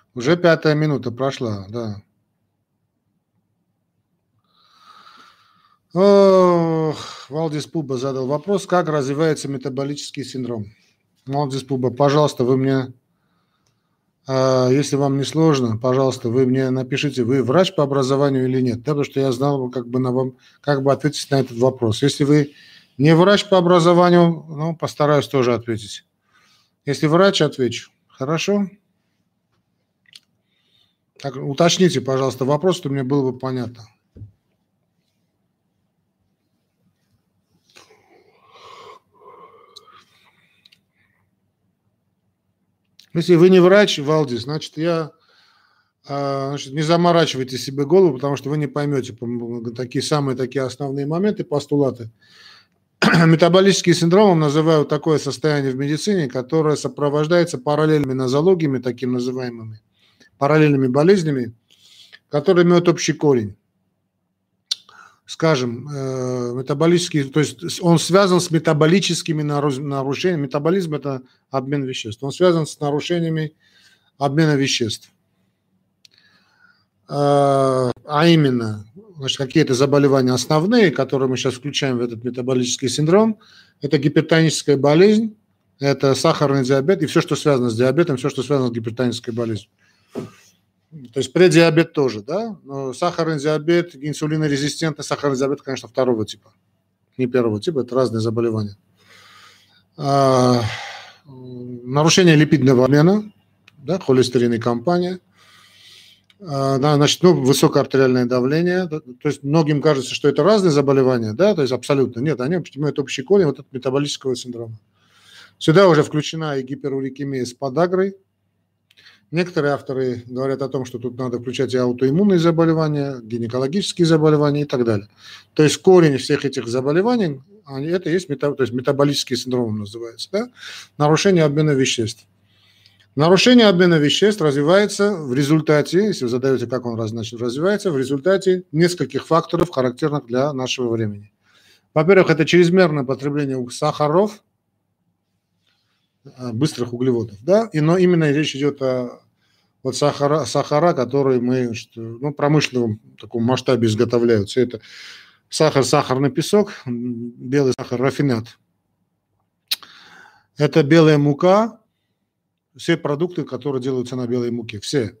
Уже 5-я минута прошла, да. Валдис Пуба задал вопрос, как развивается метаболический синдром. Валдис Пуба, пожалуйста, вы мне, если вам не сложно, пожалуйста, вы мне напишите, вы врач по образованию или нет, да, потому что я знал, как бы, вам, как бы ответить на этот вопрос. Если вы не врач по образованию, ну, постараюсь тоже ответить. Если врач, отвечу. Хорошо? Так, уточните, пожалуйста, вопрос, чтобы мне было бы понятно. Если вы не врач, Валдис, значит, не заморачивайте себе голову, потому что вы не поймете такие основные моменты, постулаты. Метаболическим синдромом называют такое состояние в медицине, которое сопровождается параллельными нозологиями, такими называемыми, параллельными болезнями, которые имеют общий корень. Скажем, метаболический, то есть он связан с метаболическими нарушениями. Метаболизм – это обмен веществ. Он связан с нарушениями обмена веществ. А именно, значит, какие-то заболевания основные, которые мы сейчас включаем в этот метаболический синдром, это гипертоническая болезнь, это сахарный диабет и все, что связано с диабетом, все, что связано с гипертонической болезнью. То есть преддиабет тоже, да? Но сахарный диабет, инсулинорезистентный сахарный диабет, конечно, второго типа, не первого типа, это разные заболевания. Нарушение липидного обмена, да, холестерин и компания. Значит, высокое артериальное давление. Да, то есть многим кажется, что это разные заболевания, да, то есть абсолютно нет, они имеют общий корень вот от метаболического синдрома. Сюда уже включена и гиперурикемия с подагрой. Некоторые авторы говорят о том, что тут надо включать и аутоиммунные заболевания, гинекологические заболевания и так далее. То есть корень всех этих заболеваний, это есть то есть метаболический синдром называется, да? Нарушение обмена веществ. Нарушение обмена веществ развивается в результате, если вы задаете, как он развивается, в результате нескольких факторов, характерных для нашего времени. Во-первых, это чрезмерное потребление сахаров, быстрых углеводов, да, но именно речь идет о сахара, которые мы в промышленном таком масштабе изготовляются. Это сахар, сахарный песок, белый сахар, рафинат. Это белая мука, все продукты, которые делаются на белой муке, все.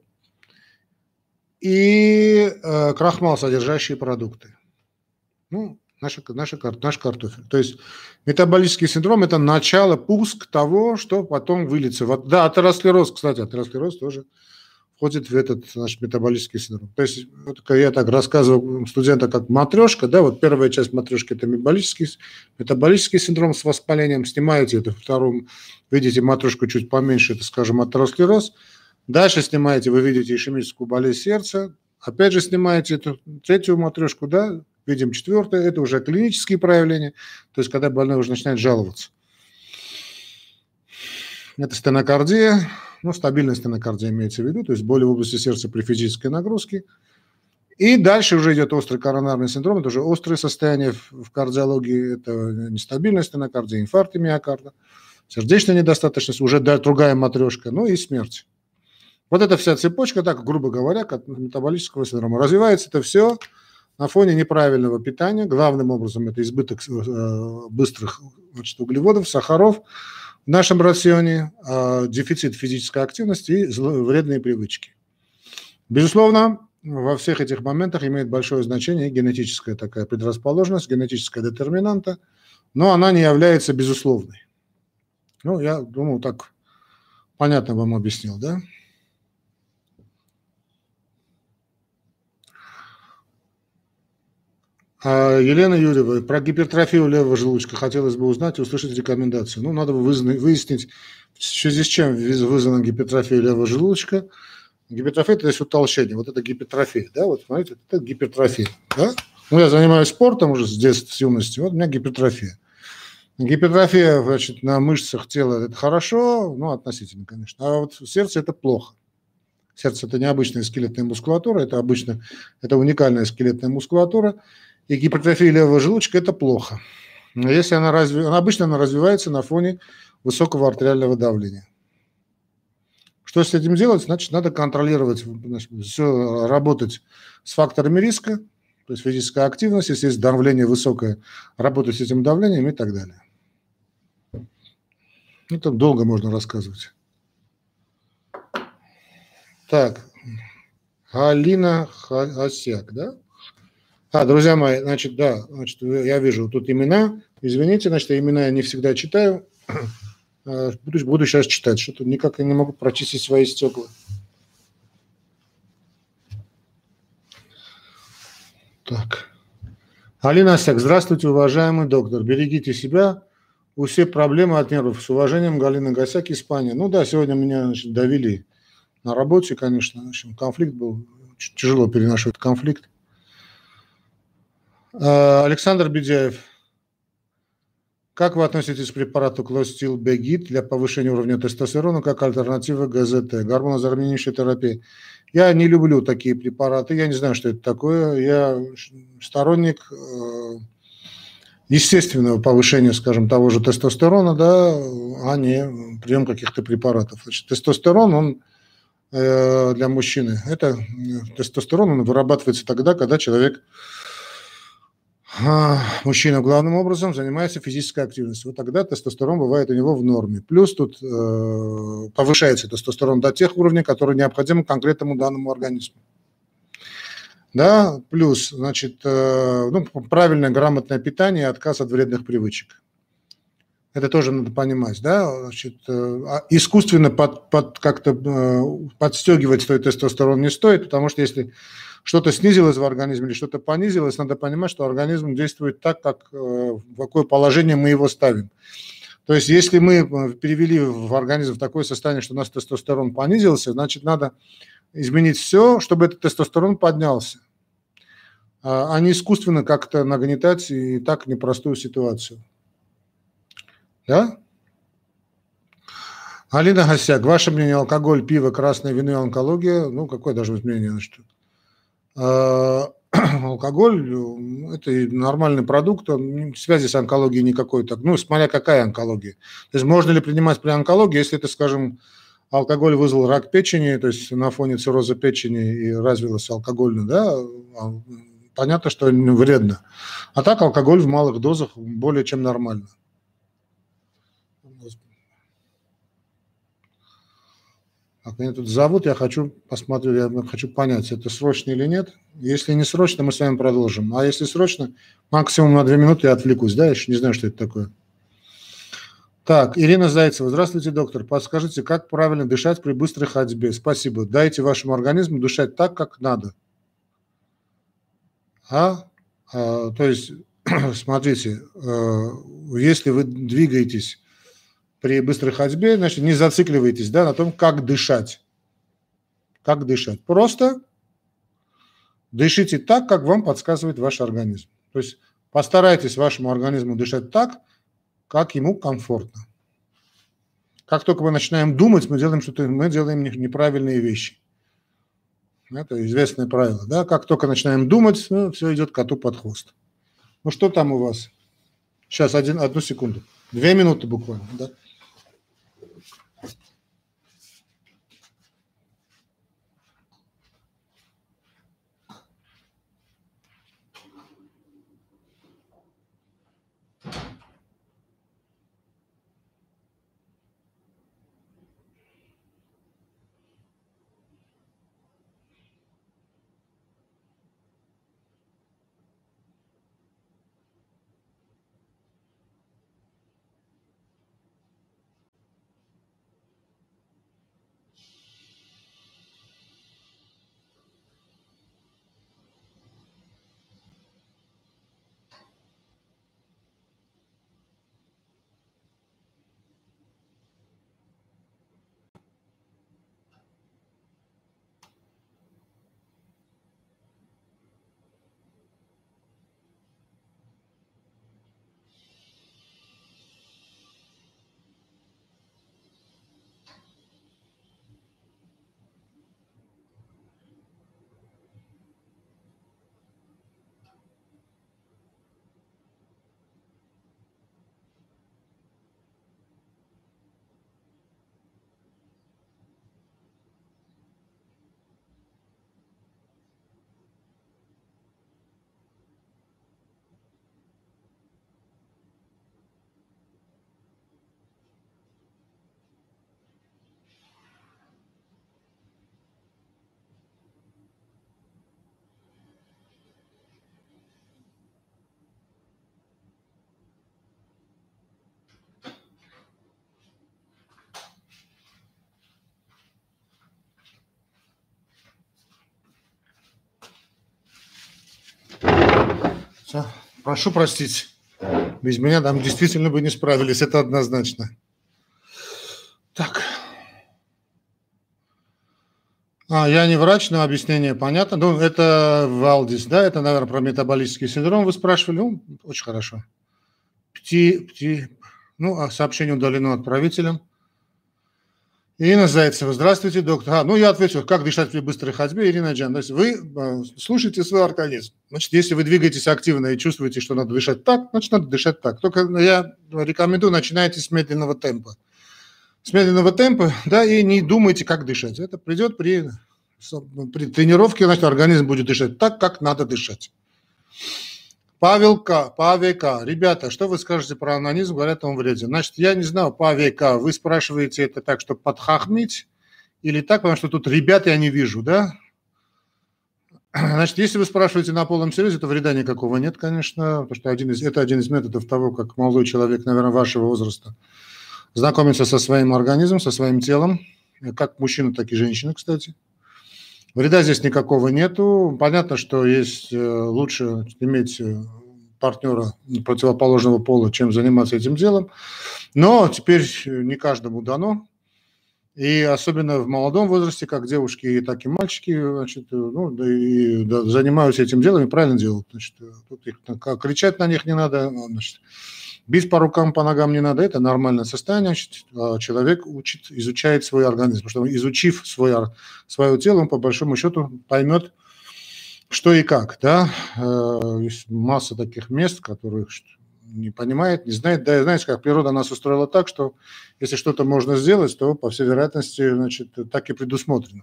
И крахмал, содержащие продукты. Наш картофель. То есть метаболический синдром – это начало, пуск того, что потом выльется. Да, атеросклероз, кстати, атеросклероз тоже входит в этот наш метаболический синдром. То есть я так рассказываю студентам, как матрешка, да, вот первая часть матрешки – это метаболический синдром с воспалением. Снимаете это, втором видите матрешку чуть поменьше, это, скажем, атеросклероз. Дальше снимаете, вы видите ишемическую болезнь сердца. Опять же снимаете эту третью матрешку, да, видим четвертое, это уже клинические проявления, то есть когда больной уже начинает жаловаться. Это стенокардия, стабильная стенокардия имеется в виду, то есть боли в области сердца при физической нагрузке. И дальше уже идет острый коронарный синдром, это уже острое состояние в кардиологии, это нестабильная стенокардия, инфаркт миокарда, сердечная недостаточность, уже другая матрешка, и смерть. Вот эта вся цепочка, так грубо говоря, от метаболического синдрома. Развивается это все на фоне неправильного питания. Главным образом это избыток быстрых углеводов, сахаров в нашем рационе, дефицит физической активности и вредные привычки. Безусловно, во всех этих моментах имеет большое значение генетическая такая предрасположенность, генетическая детерминанта, но она не является безусловной. Я думаю, так понятно вам объяснил, да? Елена Юрьева, про гипертрофию левого желудочка хотелось бы узнать и услышать рекомендацию. Надо выяснить, в связи с чем вызвана гипертрофия левого желудочка. Гипертрофия – это есть утолщение, вот это гипертрофия, да, вот смотрите, это гипертрофия, да. Я занимаюсь спортом уже с детства, с юности, вот у меня гипертрофия. Гипертрофия, значит, на мышцах тела – это хорошо, относительно, конечно, а вот в сердце – это плохо. Сердце – это необычная скелетная мускулатура, это уникальная скелетная мускулатура. И гипертрофия левого желудочка – это плохо. Если обычно она развивается на фоне высокого артериального давления. Что с этим делать? Значит, надо контролировать, значит, все, работать с факторами риска, то есть физическая активность, если есть давление высокое, работать с этим давлением и так далее. Это долго можно рассказывать. Так, Галина Хасяк, да? Друзья мои, значит, да, значит, я вижу тут имена. Извините, значит, имена я не всегда читаю. Буду сейчас читать, что-то никак я не могу прочистить свои стекла. Так. Алина Асяк, здравствуйте, уважаемый доктор. Берегите себя. У всех проблемы от нервов. С уважением, Галина Гасяк, Испания. Ну да, сегодня меня, значит, давили на работе, конечно. В общем, конфликт был. Тяжело переношу этот конфликт. Александр Бедяев. Как вы относитесь к препарату Клостил Бегит для повышения уровня тестостерона как альтернатива ГЗТ, гормонозаменяющей терапии? Я не люблю такие препараты, я не знаю, что это такое. Я сторонник естественного повышения, скажем, того же тестостерона, да, а не прием каких-то препаратов. Значит, тестостерон, он для мужчины, тестостерон, он вырабатывается тогда, когда человек, мужчина главным образом занимается физической активностью. Вот тогда тестостерон бывает у него в норме. Плюс тут повышается тестостерон до тех уровней, которые необходимы конкретному данному организму. Да, плюс, значит, правильное, грамотное питание и отказ от вредных привычек. Это тоже надо понимать, да, значит, искусственно как-то подстегивать свой тестостерон не стоит, потому что если что-то снизилось в организме или что-то понизилось, надо понимать, что организм действует так, как, в какое положение мы его ставим. То есть если мы перевели в организм в такое состояние, что у нас тестостерон понизился, значит, надо изменить все, чтобы этот тестостерон поднялся, а не искусственно как-то нагнетать и так непростую ситуацию. Да? Алина Гасяк, ваше мнение, алкоголь, пиво, красное вино и онкология? Ну, какое должно быть мнение? Значит? Алкоголь – это нормальный продукт, связи с онкологией никакой. Смотря какая онкология. То есть можно ли принимать при онкологии, если это, скажем, алкоголь вызвал рак печени, то есть на фоне цирроза печени и развилось алкогольно, да, понятно, что вредно. А так алкоголь в малых дозах более чем нормально. Как меня тут зовут, я хочу посмотреть, я хочу понять, это срочно или нет. Если не срочно, мы с вами продолжим. А если срочно, максимум на 2 минуты я отвлекусь, да, я еще не знаю, что это такое. Так, Ирина Зайцева. Здравствуйте, доктор. Подскажите, как правильно дышать при быстрой ходьбе? Спасибо. Дайте вашему организму дышать так, как надо. То есть, смотрите, если вы двигаетесь при быстрой ходьбе, значит, не зацикливайтесь, да, на том, как дышать. Как дышать? Просто дышите так, как вам подсказывает ваш организм. То есть постарайтесь вашему организму дышать так, как ему комфортно. Как только мы начинаем думать, мы делаем неправильные вещи. Это известное правило. Да? Как только начинаем думать, все идет коту под хвост. Ну что там у вас? Сейчас, одну секунду. 2 минуты буквально. Да? Все. Прошу простить. Без меня там действительно бы не справились, это однозначно. Так. Я не врач, но объяснение понятно. Ну, это Валдис, да? Это, наверное, про метаболический синдром вы спрашивали. Ну, очень хорошо. Сообщение удалено отправителем. Ирина Зайцева. Здравствуйте, доктор. Я ответил, как дышать при быстрой ходьбе, Ирина Джан. То есть вы слушаете свой организм. Значит, если вы двигаетесь активно и чувствуете, что надо дышать так, значит, надо дышать так. Только я рекомендую, начинайте с медленного темпа. С медленного темпа, да, и не думайте, как дышать. Это придет при тренировке, значит, организм будет дышать так, как надо дышать. Павел К. Ребята, что вы скажете про онанизм? Говорят, он вреден. Значит, я не знаю, Павел К. Вы спрашиваете это так, чтобы подхахмить, или так, потому что тут ребят я не вижу, да? Значит, если вы спрашиваете на полном серьезе, то вреда никакого нет, конечно, потому что это один из методов того, как молодой человек, наверное, вашего возраста, знакомиться со своим организмом, со своим телом, как мужчина, так и женщина, кстати. Вреда здесь никакого нету. Понятно, что есть лучше иметь партнера противоположного пола, чем заниматься этим делом. Но теперь не каждому дано. И особенно в молодом возрасте, как девушки, так и мальчики, значит, занимаются этим делом и правильно делают. Значит, тут кричать на них не надо, значит, бить по рукам, по ногам не надо. Это нормальное состояние. Значит, человек изучает свой организм. Потому что изучив свое тело, он по большому счету поймет, что и как. Да? Есть масса таких мест, которых не понимает, не знает. Да, и знаете, как природа нас устроила так, что если что-то можно сделать, то, по всей вероятности, значит, так и предусмотрено.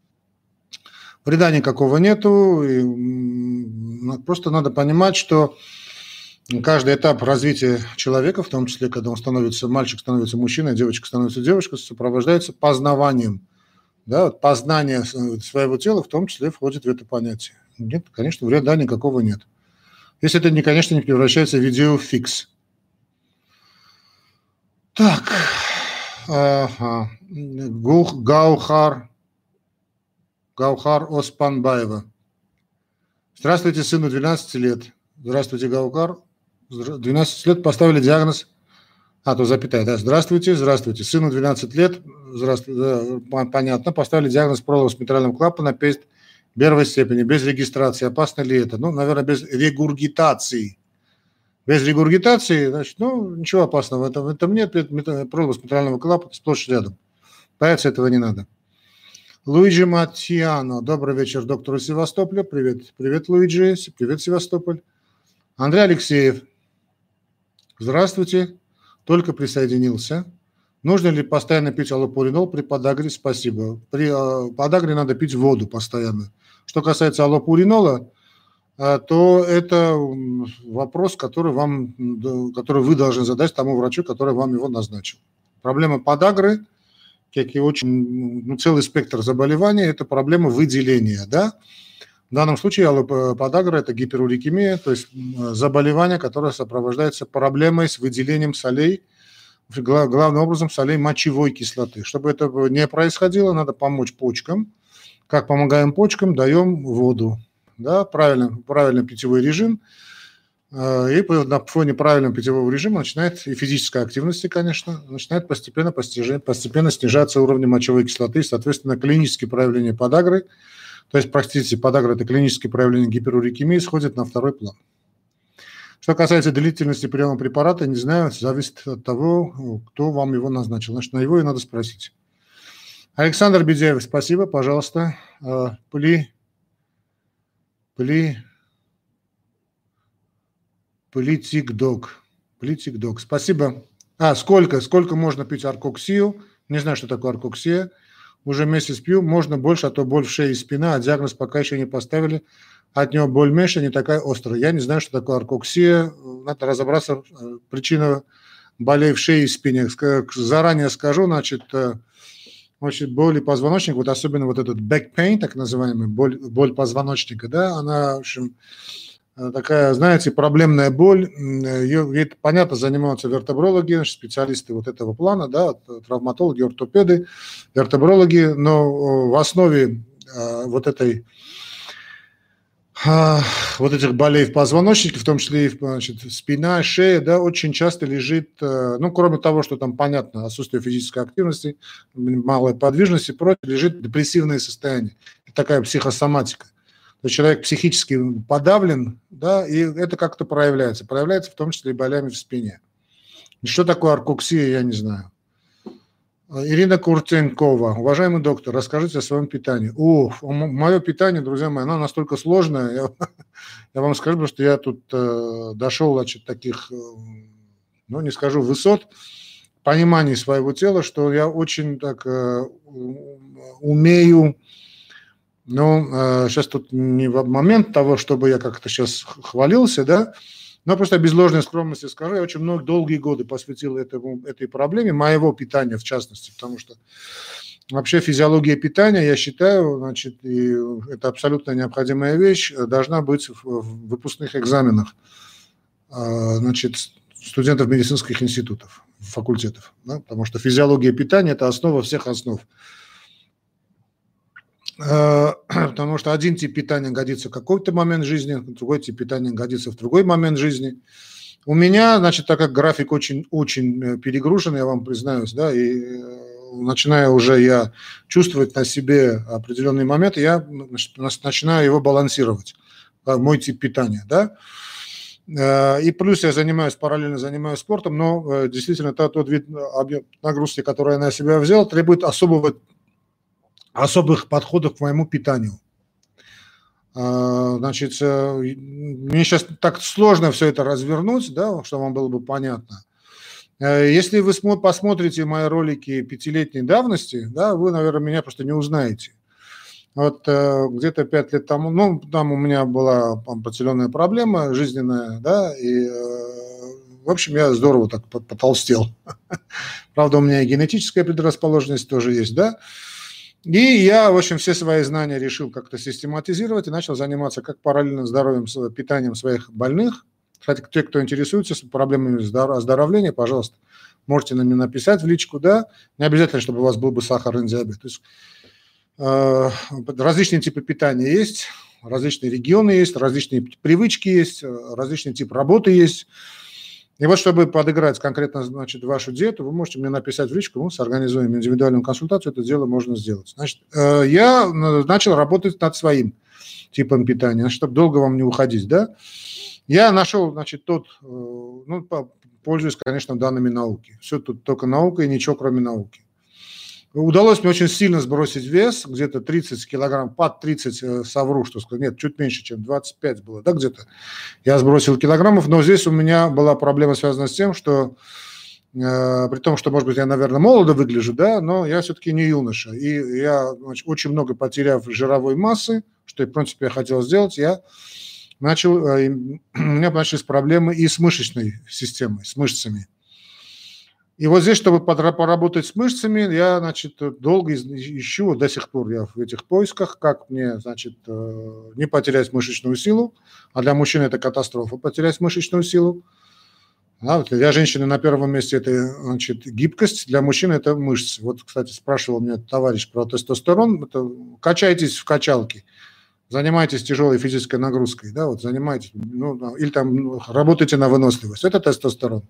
Вреда никакого нету. И просто надо понимать, что каждый этап развития человека, в том числе, когда он становится, мальчик становится мужчиной, девочка становится девушкой, сопровождается познаванием. Да, вот познание своего тела в том числе входит в это понятие. Нет, конечно, вреда никакого нет. Если это, конечно, не превращается в видеофикс. Так. Гаухар Оспанбаева. Здравствуйте, сыну 12 лет. Здравствуйте, Гаухар. 12 лет поставили диагноз. Запятая, да. Здравствуйте. Сыну 12 лет. Здравствуйте. Да, понятно. Поставили диагноз пролапс митрального клапана, перст первой степени, без регистрации. Опасно ли это? Наверное, без регургитации. Без регургитации, значит, ничего опасного. Это нет, пролапс митрального клапана сплошь рядом. Бояться этого не надо. Луиджи Матьяно. Добрый вечер, доктор из Севастополя. Привет. Привет, Луиджи. Привет, Севастополь. Андрей Алексеев. Здравствуйте. Только присоединился. Нужно ли постоянно пить аллопуринол при подагре? Спасибо. При подагре надо пить воду постоянно. Что касается аллопуринола, то это вопрос, который вы должны задать тому врачу, который вам его назначил. Проблема подагры, как и очень целый спектр заболеваний, это проблема выделения. Да? В данном случае подагра – это гиперурикемия, то есть заболевание, которое сопровождается проблемой с выделением солей, главным образом солей мочевой кислоты. Чтобы это не происходило, надо помочь почкам. Как помогаем почкам? Даем воду. Да? Правильный питьевой режим. И на фоне правильного питьевого режима начинает, и физической активности, конечно, начинает постепенно снижаться уровень мочевой кислоты, соответственно, клинические проявления подагры. То есть, простите, подагра – это клинические проявления гиперурикемии, сходит на второй план. Что касается длительности приема препарата, не знаю, зависит от того, кто вам его назначил. Значит, на его и надо спросить. Александр Бедяев, спасибо, пожалуйста. Политик-дог. Спасибо. Сколько можно пить аркоксию? Не знаю, что такое аркоксия. Уже месяц пью, можно больше, а то боль в шее и спина, а диагноз пока еще не поставили. От него боль меньше, не такая острая. Я не знаю, что такое аркоксия. Надо разобраться, причина болей в шее и спине. Заранее скажу, значит, боли позвоночника, вот особенно вот этот back pain, так называемый, боль позвоночника, да, она, в общем, такая, знаете, проблемная боль. Ей, понятно, занимаются вертебрологи, специалисты вот этого плана, да, травматологи, ортопеды, вертебрологи, но в основе вот этой Вот этих болей в позвоночнике, в том числе и, значит, спина, шея, да, очень часто лежит, ну, кроме того, что там, понятно, отсутствие физической активности, малая подвижность и прочее, лежит депрессивное состояние. Это такая психосоматика. То есть человек психически подавлен, да, и это как-то проявляется. Проявляется в том числе и болями в спине. Что такое оркоксия, я не знаю. Ирина Куртенкова. Уважаемый доктор, расскажите о своем питании. Мое питание, друзья мои, оно настолько сложное. Я вам скажу, что я тут дошел, значит, таких, ну, не скажу, высот понимания своего тела, что я очень так умею, ну, сейчас тут не в момент того, чтобы я как-то сейчас хвалился, да, но просто без ложной скромности скажу, я очень долгие годы посвятил этой проблеме, моего питания в частности, потому что вообще физиология питания, я считаю, значит, и это абсолютно необходимая вещь, должна быть в выпускных экзаменах, значит, студентов медицинских институтов, факультетов, да, потому что физиология питания – это основа всех основ. Потому что один тип питания годится в какой-то момент жизни, другой тип питания годится в другой момент жизни. У меня, значит, так как график очень перегружен, я вам признаюсь, да, и начиная уже я чувствовать на себе определенный момент, я начинаю его балансировать, мой тип питания, да. И плюс я параллельно занимаюсь спортом, но действительно тот вид нагрузки, который я на себя взял, требует особых подходов к моему питанию. Значит, мне сейчас так сложно все это развернуть, да, чтобы вам было бы понятно. Если вы посмотрите мои ролики 5-летней давности, да, вы, наверное, меня просто не узнаете. Вот где-то 5 лет тому, ну, там у меня была определенная проблема жизненная, да, и, в общем, я здорово так потолстел. Правда, у меня и генетическая предрасположенность тоже есть, да. И я, в общем, все свои знания решил как-то систематизировать и начал заниматься как параллельно здоровьем, питанием своих больных. Кстати, те, кто интересуется проблемами оздоровления, пожалуйста, можете на меня написать в личку, да. Не обязательно, чтобы у вас был бы сахарный диабет. То есть различные типы питания есть, различные регионы есть, различные привычки есть, различный тип работы есть. И вот, чтобы подыграть конкретно, значит, вашу диету, вы можете мне написать в личку, мы сорганизуем индивидуальную консультацию, это дело можно сделать. Значит, я начал работать над своим типом питания, чтобы долго вам не уходить, да. Я нашел, значит, ну, пользуюсь, конечно, данными науки. Все тут только наука и ничего, кроме науки. Удалось мне очень сильно сбросить вес, где-то 30 килограмм, под 30 совру, что сказать, нет, чуть меньше, чем 25 было, да, где-то. Я сбросил килограммов, но здесь у меня была проблема, связанная с тем, что, при том, что, может быть, я, наверное, молодо выгляжу, да, но я все-таки не юноша. И я, значит, очень много потеряв жировой массы, что, в принципе, я хотел сделать, у меня начались проблемы и с мышечной системой, с мышцами. И вот здесь, чтобы поработать с мышцами, я, значит, долго ищу, до сих пор я в этих поисках, как мне, значит, не потерять мышечную силу, а для мужчин это катастрофа, потерять мышечную силу. Да, для женщины на первом месте это, значит, гибкость, для мужчин это мышцы. Вот, кстати, спрашивал меня товарищ про тестостерон, качайтесь в качалке, занимайтесь тяжелой физической нагрузкой, да, вот занимайтесь, ну, или там работайте на выносливость, это тестостерон.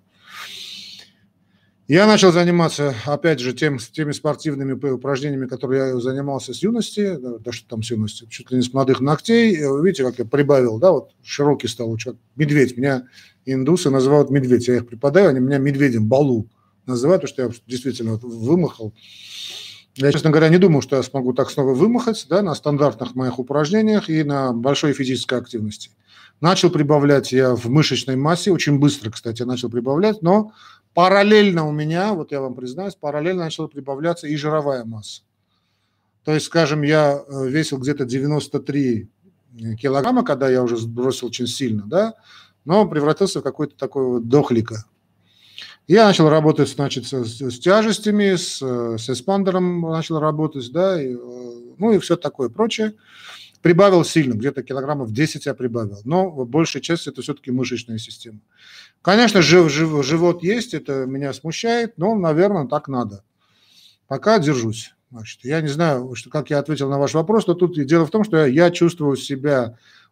Я начал заниматься, опять же, теми спортивными упражнениями, которые я занимался с юности, да что там с юности, чуть ли не с молодых ногтей. Видите, как я прибавил, да, вот широкий стал, медведь. Меня индусы называют медведь, я их преподаю, они меня медведем, балу называют, потому что я действительно вымахал. Я, честно говоря, не думал, что я смогу так снова вымахать, да, на стандартных моих упражнениях и на большой физической активности. Начал прибавлять я в мышечной массе, очень быстро, кстати, начал прибавлять, но параллельно у меня, вот я вам признаюсь, параллельно начала прибавляться и жировая масса. То есть, скажем, я весил где-то 93 килограмма, когда я уже сбросил очень сильно, да, но превратился в какой-то такой вот дохлика. Я начал работать, значит, с тяжестями, с эспандером начал работать, да, ну и все такое прочее. Прибавил сильно, где-то килограммов 10 я прибавил, но большая часть это все-таки мышечная система. Конечно, живот есть, это меня смущает, но, наверное, так надо. Пока держусь. Значит, я не знаю, как я ответил на ваш вопрос, но тут дело в том, что я чувствую себя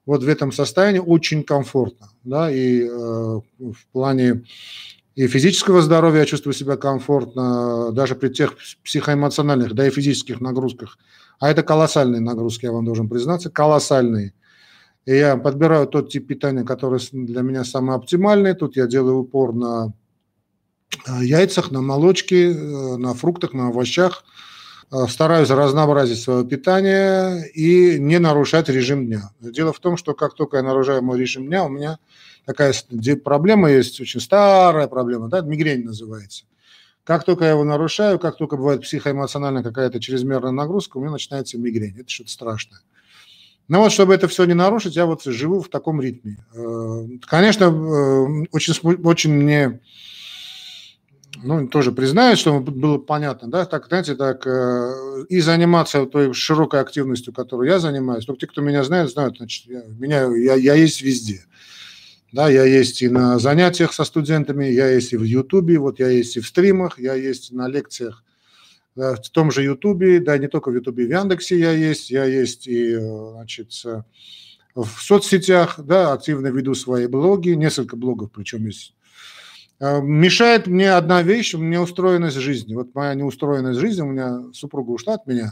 вот в этом состоянии очень комфортно, да, и в плане и физического здоровья я чувствую себя комфортно, даже при тех психоэмоциональных, да и физических нагрузках. А это колоссальные нагрузки, я вам должен признаться, колоссальные. И я подбираю тот тип питания, который для меня самый оптимальный. Тут я делаю упор на яйцах, на молочке, на фруктах, на овощах. Стараюсь разнообразить свое питание и не нарушать режим дня. Дело в том, что как только я нарушаю мой режим дня, у меня такая проблема есть, очень старая проблема, да, мигрень называется. Как только я его нарушаю, как только бывает психоэмоциональная какая-то чрезмерная нагрузка, у меня начинается мигрень. Это что-то страшное. Но вот, чтобы это все не нарушить, я вот живу в таком ритме. Конечно, очень мне, ну, тоже признаюсь, чтобы было понятно, да, так, знаете, так, и заниматься той широкой активностью, которой я занимаюсь. Только те, кто меня знает, знают, значит, я есть везде. Да, я есть и на занятиях со студентами, я есть и в Ютубе, вот я есть и в стримах, я есть на лекциях в том же Ютубе, да, не только в Ютубе, в Яндексе я есть и, значит, в соцсетях, да, активно веду свои блоги, несколько блогов причем есть. Мешает мне одна вещь, неустроенность жизни. Вот моя неустроенность жизни, у меня супруга ушла от меня,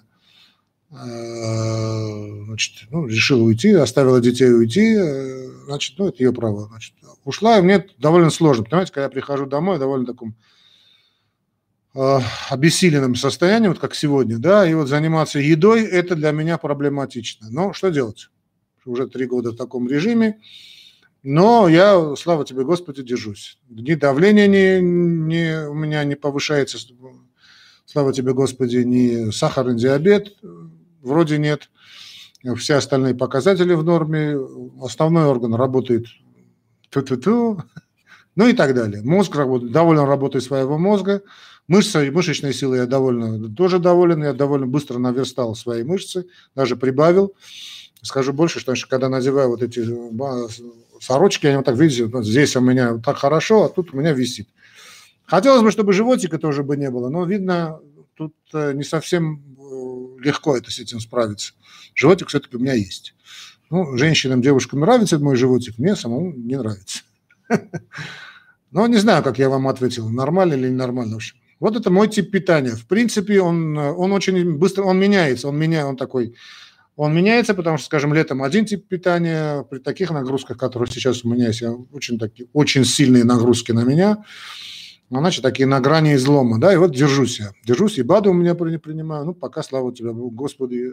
значит, ну, решила уйти, оставила детей уйти, значит, ну, это ее право, значит, ушла, и мне довольно сложно, понимаете, когда я прихожу домой, довольно таком обессиленном состоянии, вот как сегодня, да, и вот заниматься едой, это для меня проблематично. Но что делать? Уже 3 года в таком режиме, но я, слава тебе, Господи, держусь. Ни давление у меня не повышается, слава тебе, Господи, ни сахарный диабет, вроде нет. Все остальные показатели в норме, основной орган работает, ну и так далее. Мозг работает, доволен работой своего мозга. Мышечной силой я тоже доволен, я довольно быстро наверстал свои мышцы, даже прибавил. Скажу больше, что когда надеваю вот эти сорочки, они вот так, видите, вот здесь у меня так хорошо, а тут у меня висит. Хотелось бы, чтобы животика тоже бы не было, но, видно, тут не совсем легко с этим справиться. Животик все-таки у меня есть. Ну, женщинам, девушкам нравится мой животик, мне самому не нравится. Но не знаю, как я вам ответил, нормально или ненормально. В общем, вот это мой тип питания. В принципе, он очень быстро, он меняется, он меняется, потому что, скажем, летом один тип питания, при таких нагрузках, которые сейчас у меня есть, очень сильные нагрузки на меня, значит, такие на грани излома, да, и вот держусь, и БАДы у меня принимаю, ну, пока, слава тебе, Господи,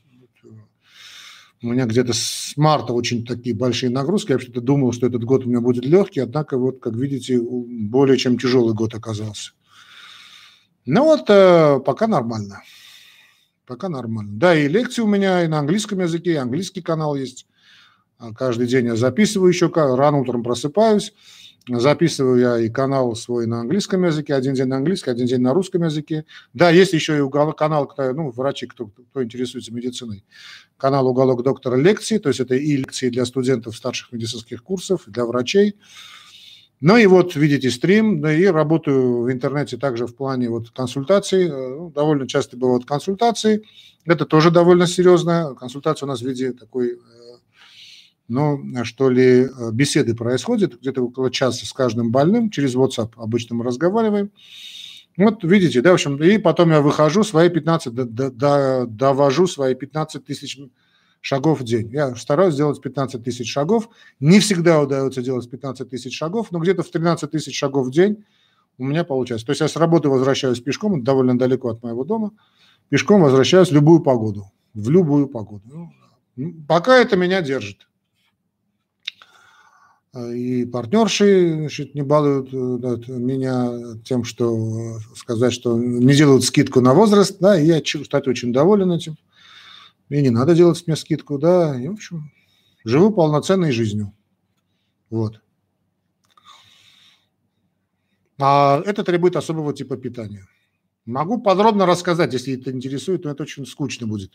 у меня где-то с марта очень такие большие нагрузки, я вообще-то думал, что этот год у меня будет легкий, однако, вот, как видите, более чем тяжелый год оказался. Ну, вот, пока нормально. Пока нормально. Да, и лекции у меня и на английском языке, и английский канал есть. Каждый день я записываю еще, рано утром просыпаюсь, записываю я и канал свой на английском языке, один день на английском, один день на русском языке. Да, есть еще и канал, ну, врачи, кто интересуется медициной, канал «Уголок доктора» лекций, то есть это и лекции для студентов старших медицинских курсов, для врачей. Ну и вот видите стрим, да, и работаю в интернете также в плане вот консультаций. Довольно часто бывают консультации. Это тоже довольно серьезно. Консультация у нас в виде такой, ну, что ли, беседы происходит. Где-то около часа с каждым больным. Через WhatsApp обычно мы разговариваем. Вот видите, да, в общем, и потом я выхожу, довожу свои 15 тысяч шагов в день. Я стараюсь сделать 15 тысяч шагов. Не всегда удается делать 15 тысяч шагов, но где-то в 13 тысяч шагов в день у меня получается. То есть я с работы возвращаюсь пешком, довольно далеко от моего дома, пешком возвращаюсь в любую погоду. В любую погоду. Ну, пока это меня держит. И партнерши, значит, не балуют меня тем, что сказать, что не делают скидку на возраст, да, и я, кстати, очень доволен этим. Мне не надо делать мне скидку, да, и, в общем, живу полноценной жизнью. Вот. А это требует особого типа питания. Могу подробно рассказать, если это интересует, но это очень скучно будет.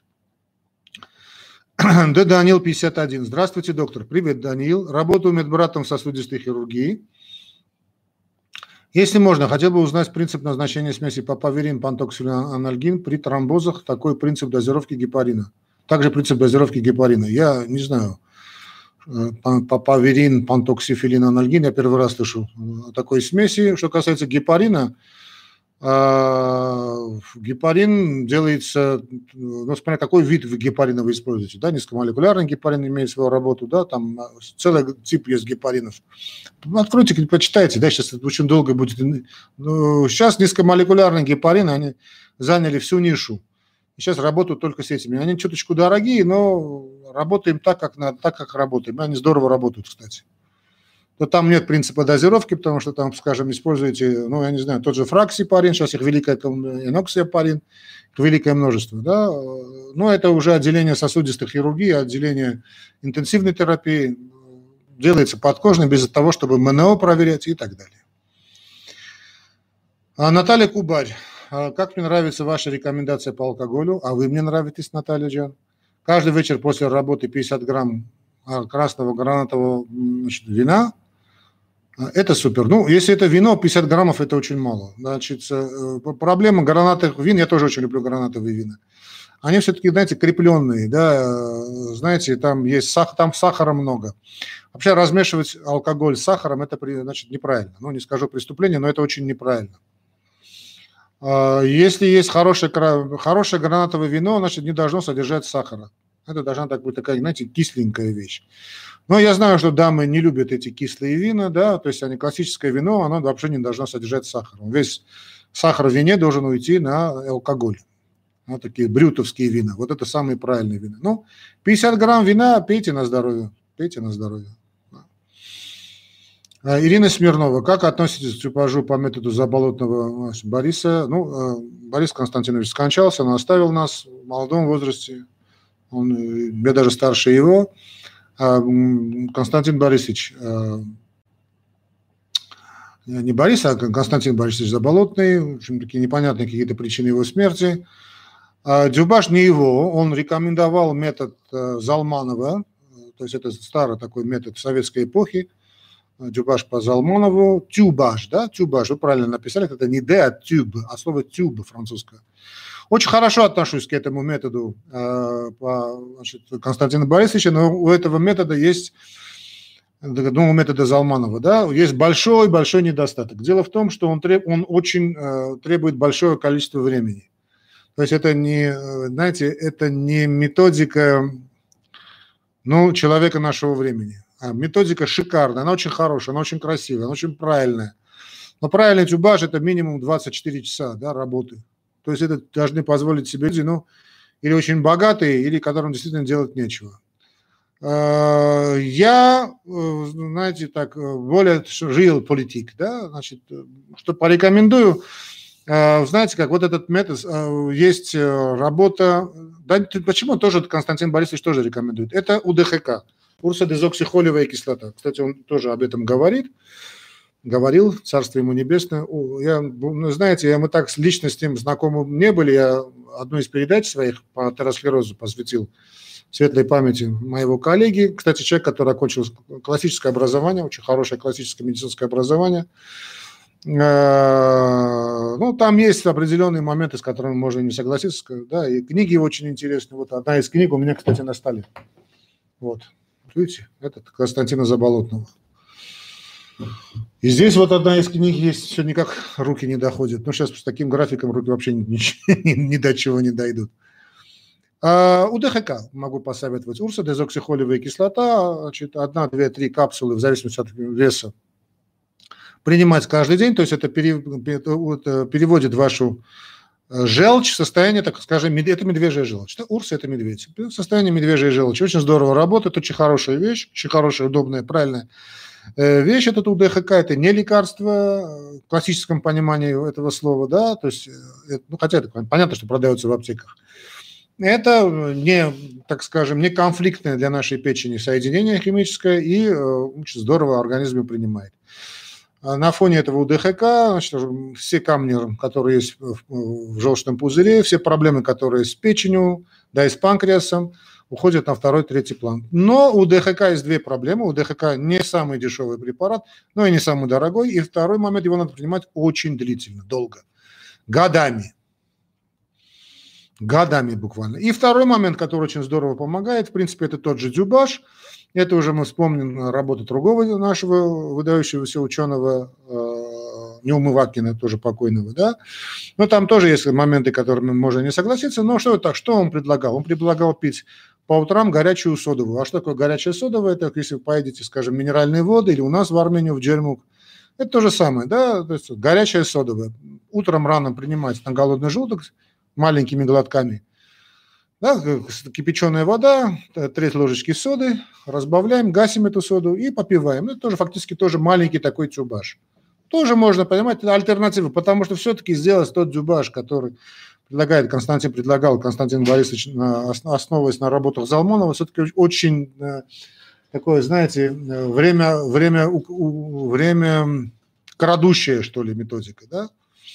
Да, Даниил, 51. Здравствуйте, доктор. Привет, Даниил. Работаю медбратом в сосудистой хирургии. Если можно, хотел бы узнать принцип назначения смеси папаверин, пантоксилин, анальгин при тромбозах, такой принцип дозировки гепарина. Также принцип дозировки гепарина. Я не знаю. папаверин, пантоксифилин, анальгин. Я первый раз слышу о такой смеси. Что касается гепарина, гепарин делается, ну, смотря какой вид гепарина вы используете, да, низкомолекулярный гепарин имеет свою работу, да, там целый тип есть гепаринов. Откройте, почитайте, да, сейчас это очень долго будет. Ну, сейчас низкомолекулярный гепарин, они заняли всю нишу. Сейчас работают только с этими. Они чуточку дорогие, но работаем так, как работаем. Они здорово работают, кстати. То там нет принципа дозировки, потому что там, скажем, используете, ну, я не знаю, тот же фраксипарин, сейчас их великое, эноксиапарин, великое множество, да, но это уже отделение сосудистой хирургии, отделение интенсивной терапии, делается подкожно, без того, чтобы МНО проверять и так далее. Наталья Кубарь, как мне нравится ваша рекомендация по алкоголю, а вы мне нравитесь, Наталья Джан. Каждый вечер после работы 50 грамм красного гранатового, значит, вина. Это супер. Ну, если это вино, 50 граммов – это очень мало. Значит, проблема гранатовых вин, я тоже очень люблю гранатовые вина. Они все-таки, знаете, крепленные, да, знаете, там есть там сахара много. Вообще размешивать алкоголь с сахаром – это, значит, неправильно. Ну, не скажу преступление, но это очень неправильно. Если есть хорошее гранатовое вино, значит, не должно содержать сахара. Это должна быть такая, знаете, кисленькая вещь. Но я знаю, что дамы не любят эти кислые вина, да, то есть они классическое вино, оно вообще не должно содержать сахар. Весь сахар в вине должен уйти на алкоголь. Вот такие брютовские вина. Вот это самые правильные вина. Ну, 50 грамм вина пейте на здоровье. Пейте на здоровье. Ирина Смирнова. Как относитесь к типажу по методу Заболотного Бориса? Ну, Борис Константинович скончался, он оставил нас в молодом возрасте. Я даже старше его. Константин Борисович, не Борис, а Константин Борисович Заболотный, в общем, такие непонятные какие-то причины его смерти. Дюбаш не его, он рекомендовал метод Залманова, то есть это старый такой метод советской эпохи, Дюбаш по Залманову, тюбаш, да, тюбаш, вы правильно написали, это не Д, а тюб, а слово тюб французское. Очень хорошо отношусь к этому методу Константина Борисовича, но у этого метода есть, ну, у метода Залманова, да, есть большой-большой недостаток. Дело в том, что он очень требует большое количество времени. То есть это не, знаете, это не методика, ну, человека нашего времени. А методика шикарная, она очень хорошая, она очень красивая, она очень правильная. Но правильный тюбаш – это минимум 24 часа, да, работы. То есть это должны позволить себе люди, ну, или очень богатые, или которым действительно делать нечего. Я, знаете, так, более real политик, да, значит, что порекомендую, знаете, как вот этот метод, есть работа, да, почему тоже Константин Борисович тоже рекомендует, это УДХК, урсодезоксихолевая кислота. Кстати, он тоже об этом говорил, царство ему небесное. Знаете, мы так лично с ним знакомы не были. Я одну из передач своих по атеросклерозу посвятил светлой памяти моего коллеги. Кстати, человек, который окончил классическое образование, очень хорошее классическое медицинское образование. Ну, там есть определенные моменты, с которыми можно не согласиться. Да, и книги очень интересные. Вот одна из книг у меня, кстати, на столе. Вот. Видите, это Константина Заболотного. И здесь вот одна из книг есть, все никак руки не доходят. Но сейчас с таким графиком руки вообще ни до чего не дойдут. УДХК могу посоветовать. Урсодезоксихолевая кислота, значит, 1, 2, 3 капсулы в зависимости от веса принимать каждый день. То есть это переводит вашу желчь в состояние, так скажем, это медвежья желчь. Урса – это медведь. Состояние медвежьей желчи. Очень здорово работает, очень хорошая вещь, очень хорошая, удобная, правильная вещь. Этот УДХК – это не лекарство в классическом понимании этого слова, да, то есть, ну, хотя это понятно, что продается в аптеках. Это не, так скажем, не конфликтное для нашей печени соединение химическое, и очень здорово организм его принимает. На фоне этого УДХК, значит, все камни, которые есть в желчном пузыре, все проблемы, которые с печенью, да и с панкреасом, уходят на 2-й, 3-й план. Но у УДХК есть две проблемы. У УДХК не самый дешевый препарат, но и не самый дорогой. И второй момент, его надо принимать очень длительно, долго, годами. Годами буквально. И второй момент, который очень здорово помогает, в принципе, это тот же Дюбаш. Это уже мы вспомним работу другого нашего выдающегося ученого Неумывакина, тоже покойного, да. Но там тоже есть моменты, которыми можно не согласиться. Но что это так? Что он предлагал? Он предлагал пить по утрам горячую содовую. А что такое горячая содовая? Это если вы поедете, скажем, минеральные воды или у нас в Армению, в Джермук, это то же самое, да, то есть горячая содовая. Утром рано принимать на голодный желудок маленькими глотками. Да, кипяченая вода, треть ложечки соды, разбавляем, гасим эту соду и попиваем. Это тоже фактически тоже маленький такой тюбаш. Тоже можно понимать, это альтернатива, потому что все-таки сделать тот тюбаш, который предлагал Константин Борисович, основываясь на работах Залмонова, все-таки очень такое, знаете, время крадущее, что ли, методика, да?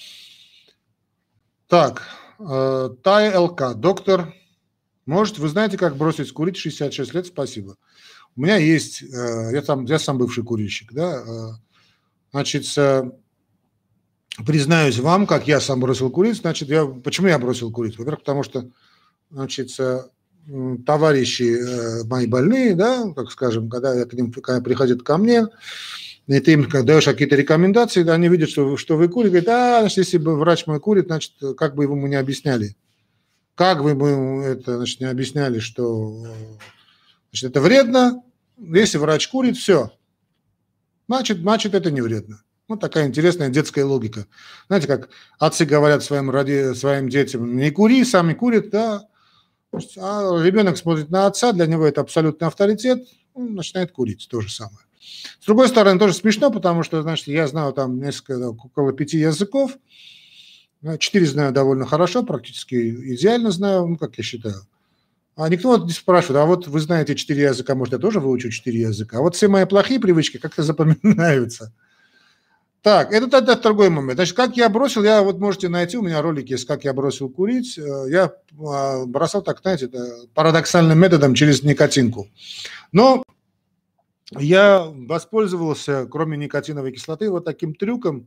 Так, Тая ЛК, доктор, может, вы знаете, как бросить курить 66 лет? Спасибо. У меня есть, я сам бывший курильщик, да, значит, признаюсь вам, как я сам бросил курить, значит, почему я бросил курить? Во-первых, потому что, значит, товарищи мои больные, да, так скажем, когда приходят ко мне, и ты им даешь какие-то рекомендации, да, они видят, что вы курите, говорят, значит, если бы врач мой курит, значит, как бы ему не объясняли. Как вы бы это, значит, не объясняли, что, значит, это вредно, если врач курит, все, значит, это не вредно. Вот такая интересная детская логика. Знаете, как отцы говорят своим детям, не кури, сами курят, да, а ребенок смотрит на отца, для него это абсолютный авторитет, он начинает курить, то же самое. С другой стороны, тоже смешно, потому что, значит, я знаю там около 5 языков, 4 знаю довольно хорошо, практически идеально знаю, ну, как я считаю. А никто вот не спрашивает, а вот вы знаете 4 языка, может, я тоже выучу 4 языка? А вот все мои плохие привычки как-то запоминаются. Так, это другой момент. Значит, как я бросил, вот можете найти, у меня ролик есть, как я бросил курить. Я бросал так, знаете, парадоксальным методом через никотинку. Но я воспользовался, кроме никотиновой кислоты, вот таким трюком.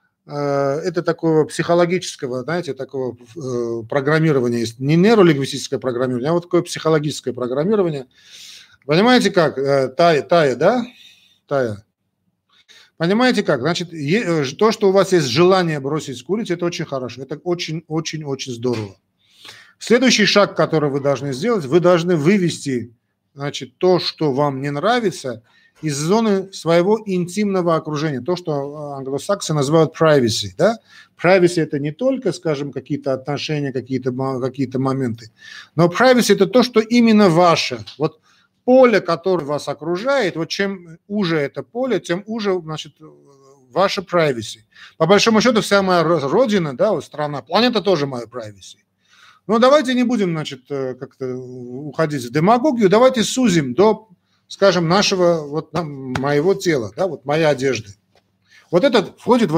Это такого психологического, знаете, такого программирования есть. Не нейролингвистическое программирование, а вот такое психологическое программирование. Понимаете как? Тая, да? Тая. Понимаете как? Значит, то, что у вас есть желание бросить курить, это очень хорошо. Это очень-очень-очень здорово. Следующий шаг, который вы должны сделать, вы должны вывести, значит, то, что вам не нравится, из зоны своего интимного окружения. То, что англосаксы называют privacy. Да? Privacy – это не только, скажем, какие-то отношения, какие-то моменты. Но privacy – это то, что именно ваше. Вот поле, которое вас окружает, вот чем уже это поле, тем уже, значит, ваша privacy. По большому счету, вся моя родина, да, вот страна, планета тоже моя privacy. Но давайте не будем, значит, как-то уходить в демагогию, давайте сузим до, скажем, нашего, вот моего тела, да, вот моей одежды. Вот это входит,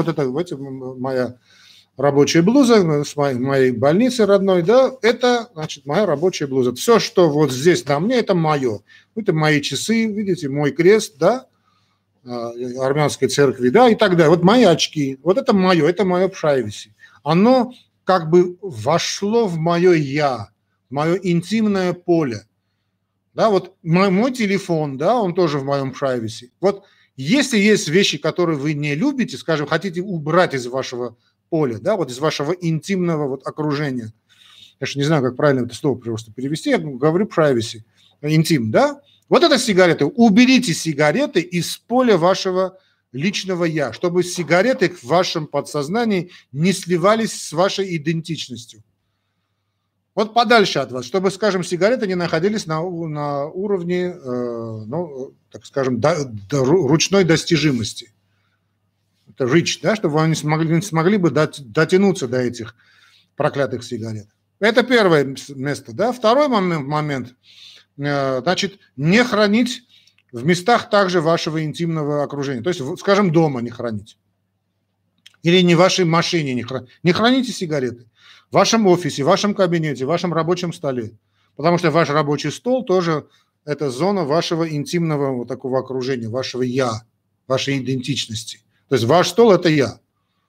моя рабочая блуза с моей больницы родной, да, это, значит, моя рабочая блуза. Все, что вот здесь на мне, это мое. Это мои часы, видите, мой крест, да, армянской церкви, да, и так далее. Вот мои очки, вот это мое privacy. Оно как бы вошло в мое я, в мое интимное поле. Да, вот мой телефон, да, он тоже в моем privacy. Вот если есть вещи, которые вы не любите, скажем, хотите убрать из вашего поля, да, вот из вашего интимного вот окружения. Я же не знаю, как правильно это слово просто перевести, я говорю privacy, интим, да. Вот это сигареты. Уберите сигареты из поля вашего личного я, чтобы сигареты в вашем подсознании не сливались с вашей идентичностью. Вот подальше от вас, чтобы, скажем, сигареты не находились на уровне, ну, так скажем, ручной достижимости. Это reach, да, чтобы вы не смогли бы дотянуться до этих проклятых сигарет. Это первое место, да. Второй момент, значит, не хранить в местах также вашего интимного окружения. То есть, скажем, дома не хранить. Или не в вашей машине не хранить. Не храните сигареты. В вашем офисе, в вашем кабинете, в вашем рабочем столе. Потому что ваш рабочий стол тоже это зона вашего интимного вот такого окружения, вашего я, вашей идентичности. То есть ваш стол – это я.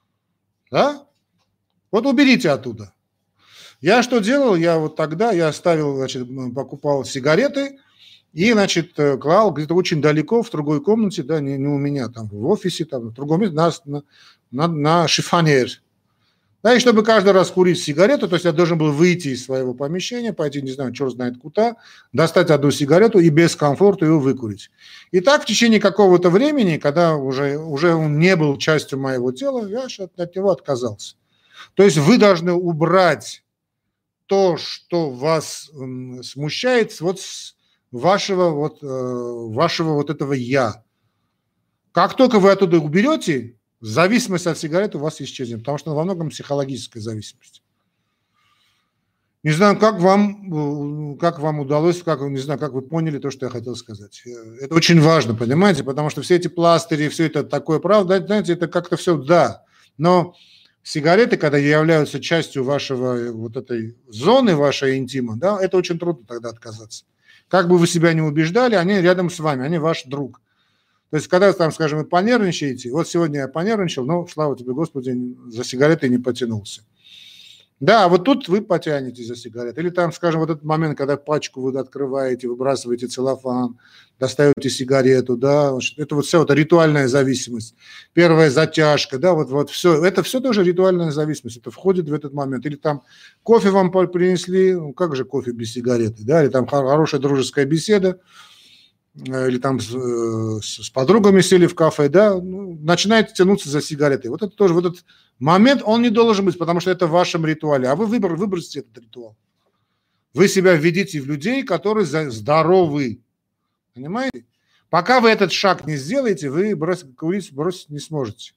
Да? Вот уберите оттуда. Я что делал? Я вот тогда, я ставил, значит, покупал сигареты, И, значит, клал где-то очень далеко, в другой комнате, да, не у меня, там, в офисе, там, в другом месте, на шифонер. Да, и чтобы каждый раз курить сигарету, то есть я должен был выйти из своего помещения, пойти, не знаю, черт знает куда, достать одну сигарету и без комфорта ее выкурить. И так в течение какого-то времени, когда уже он не был частью моего тела, я от него отказался. То есть вы должны убрать то, что вас смущает, вот с вашего вот этого «я». Как только вы оттуда уберете, зависимость от сигарет у вас исчезнет, потому что во многом психологическая зависимость. Не знаю, как вам удалось, не знаю, как вы поняли то, что я хотел сказать. Это очень важно, понимаете, потому что все эти пластыри, все это такое, правда, знаете, это как-то все, да, но сигареты, когда являются частью вашего вот этой зоны, вашей интима, да, это очень трудно тогда отказаться. Как бы вы себя не убеждали, они рядом с вами, они ваш друг. То есть, когда, там, скажем, вы понервничаете, вот сегодня я понервничал, но, слава тебе, Господи, за сигаретой не потянулся. Да, вот тут вы потянете за сигаретой. Или там, скажем, вот этот момент, когда пачку вы открываете, выбрасываете целлофан, достаете сигарету, да, это вот все, вот ритуальная зависимость. Первая затяжка, да, вот все. Это все тоже ритуальная зависимость, это входит в этот момент. Или там кофе вам принесли, ну, как же кофе без сигареты, да, или там хорошая дружеская беседа, или там с подругами сели в кафе, да, ну, начинаете тянуться за сигаретой. Вот это тоже, вот этот момент, он не должен быть, потому что это в вашем ритуале, а вы выбросите этот ритуал. Вы себя введите в людей, которые здоровы, понимаете? Пока вы этот шаг не сделаете, вы курить бросить не сможете.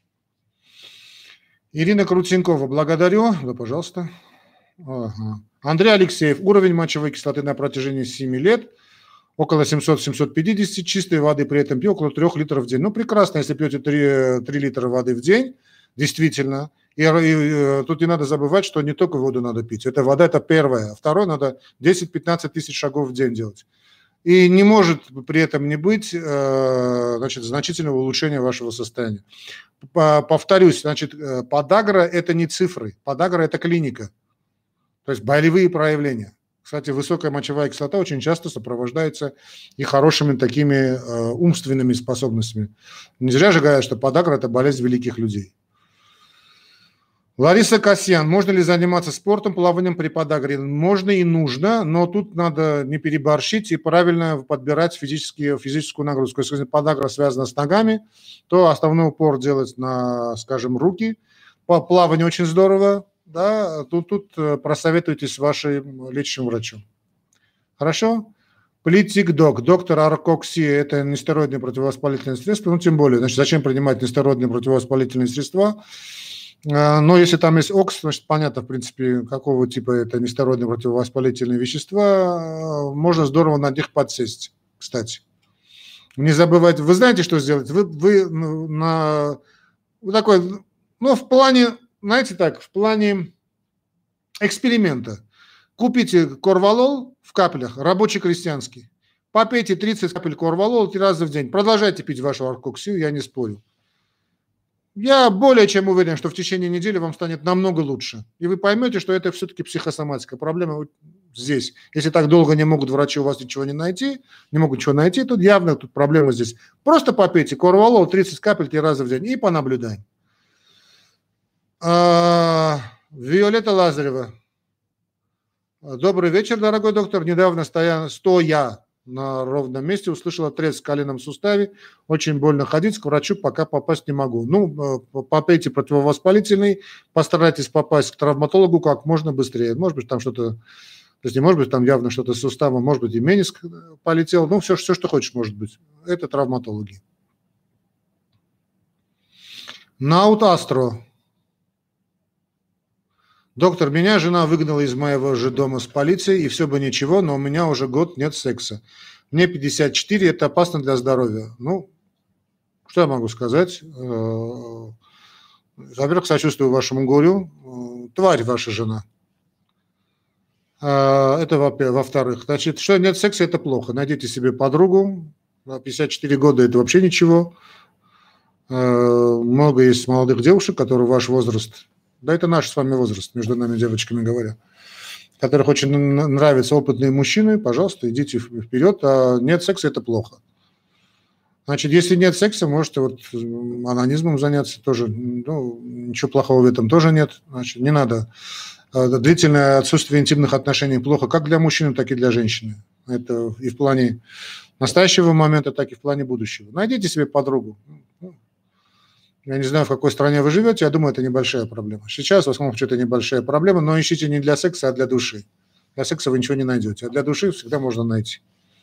Ирина Крутенкова, благодарю. Да, пожалуйста. Ага. Андрей Алексеев, уровень мочевой кислоты на протяжении 7 лет – около 700-750, чистой воды при этом пью около 3 литров в день. Ну, прекрасно, если пьете 3 литра воды в день, действительно. И тут не надо забывать, что не только воду надо пить. Это вода, это первое. А второе, надо 10-15 тысяч шагов в день делать. И не может при этом не быть, значит, значительного улучшения вашего состояния. Повторюсь, значит, подагра – это не цифры, подагра – это клиника, то есть болевые проявления. Кстати, высокая мочевая кислота очень часто сопровождается и хорошими такими умственными способностями. Не зря же говорят, что подагра – это болезнь великих людей. Лариса Касьян. Можно ли заниматься спортом, плаванием при подагре? Можно и нужно, но тут надо не переборщить и правильно подбирать физическую нагрузку. Если подагра связана с ногами, то основной упор делать на, скажем, руки. Плавание очень здорово. Да, тут просоветуйтесь с вашим лечащим врачом. Хорошо? Плитик-док, доктор Аркокси – это нестероидные противовоспалительные средства, ну, тем более, значит, зачем принимать нестероидные противовоспалительные средства? Но если там есть ОКС, значит, понятно, в принципе, какого типа это нестероидные противовоспалительные вещества, можно здорово на них подсесть, кстати. Не забывайте, вы знаете, что сделать? Вы такой, ну, в плане… Знаете так, в плане эксперимента. Купите корвалол в каплях, рабочий крестьянский. Попейте 30 капель корвалола 3 раза в день. Продолжайте пить вашу аркоксию, я не спорю. Я более чем уверен, что в течение недели вам станет намного лучше. И вы поймете, что это все-таки психосоматика. Проблема здесь. Если так долго не могут врачи у вас ничего не найти, не могут ничего найти, тут явно тут проблема здесь. Просто попейте корвалол 30 капель 3 раза в день и понаблюдаем. Виолетта Лазарева. Добрый вечер, дорогой доктор. Недавно стоя на ровном месте услышала треск в коленном суставе. Очень больно ходить, к врачу пока попасть не могу. Ну, попейте противовоспалительный, постарайтесь попасть к травматологу как можно быстрее. Может быть, там что-то, то есть не может быть, там явно что-то с суставом, может быть, и мениск полетел. Ну, все, что хочешь, может быть. Это травматологи. Наут Астро. Доктор, меня жена выгнала из моего же дома с полицией, и все бы ничего, но у меня уже год нет секса. Мне 54, это опасно для здоровья. Ну, что я могу сказать? Во-первых, сочувствую вашему горю. Тварь ваша жена. Это во-вторых. Значит, что нет секса, это плохо. Найдите себе подругу. 54 года – это вообще ничего. Много есть молодых девушек, которые ваш возраст… Да это наш с вами возраст, между нами девочками говоря. которых очень нравятся опытные мужчины, пожалуйста, идите вперед. А нет секса – это плохо. Значит, если нет секса, можете вот анонизмом заняться тоже. Ну, ничего плохого в этом тоже нет. Значит, не надо. Длительное отсутствие интимных отношений плохо как для мужчины, так и для женщины. Это и в плане настоящего момента, так и в плане будущего. Найдите себе подругу. Я не знаю, в какой стране вы живете, я думаю, это небольшая проблема. Сейчас, в основном, что-то небольшая проблема, но ищите не для секса, а для души. Для секса вы ничего не найдете, а для души всегда можно найти.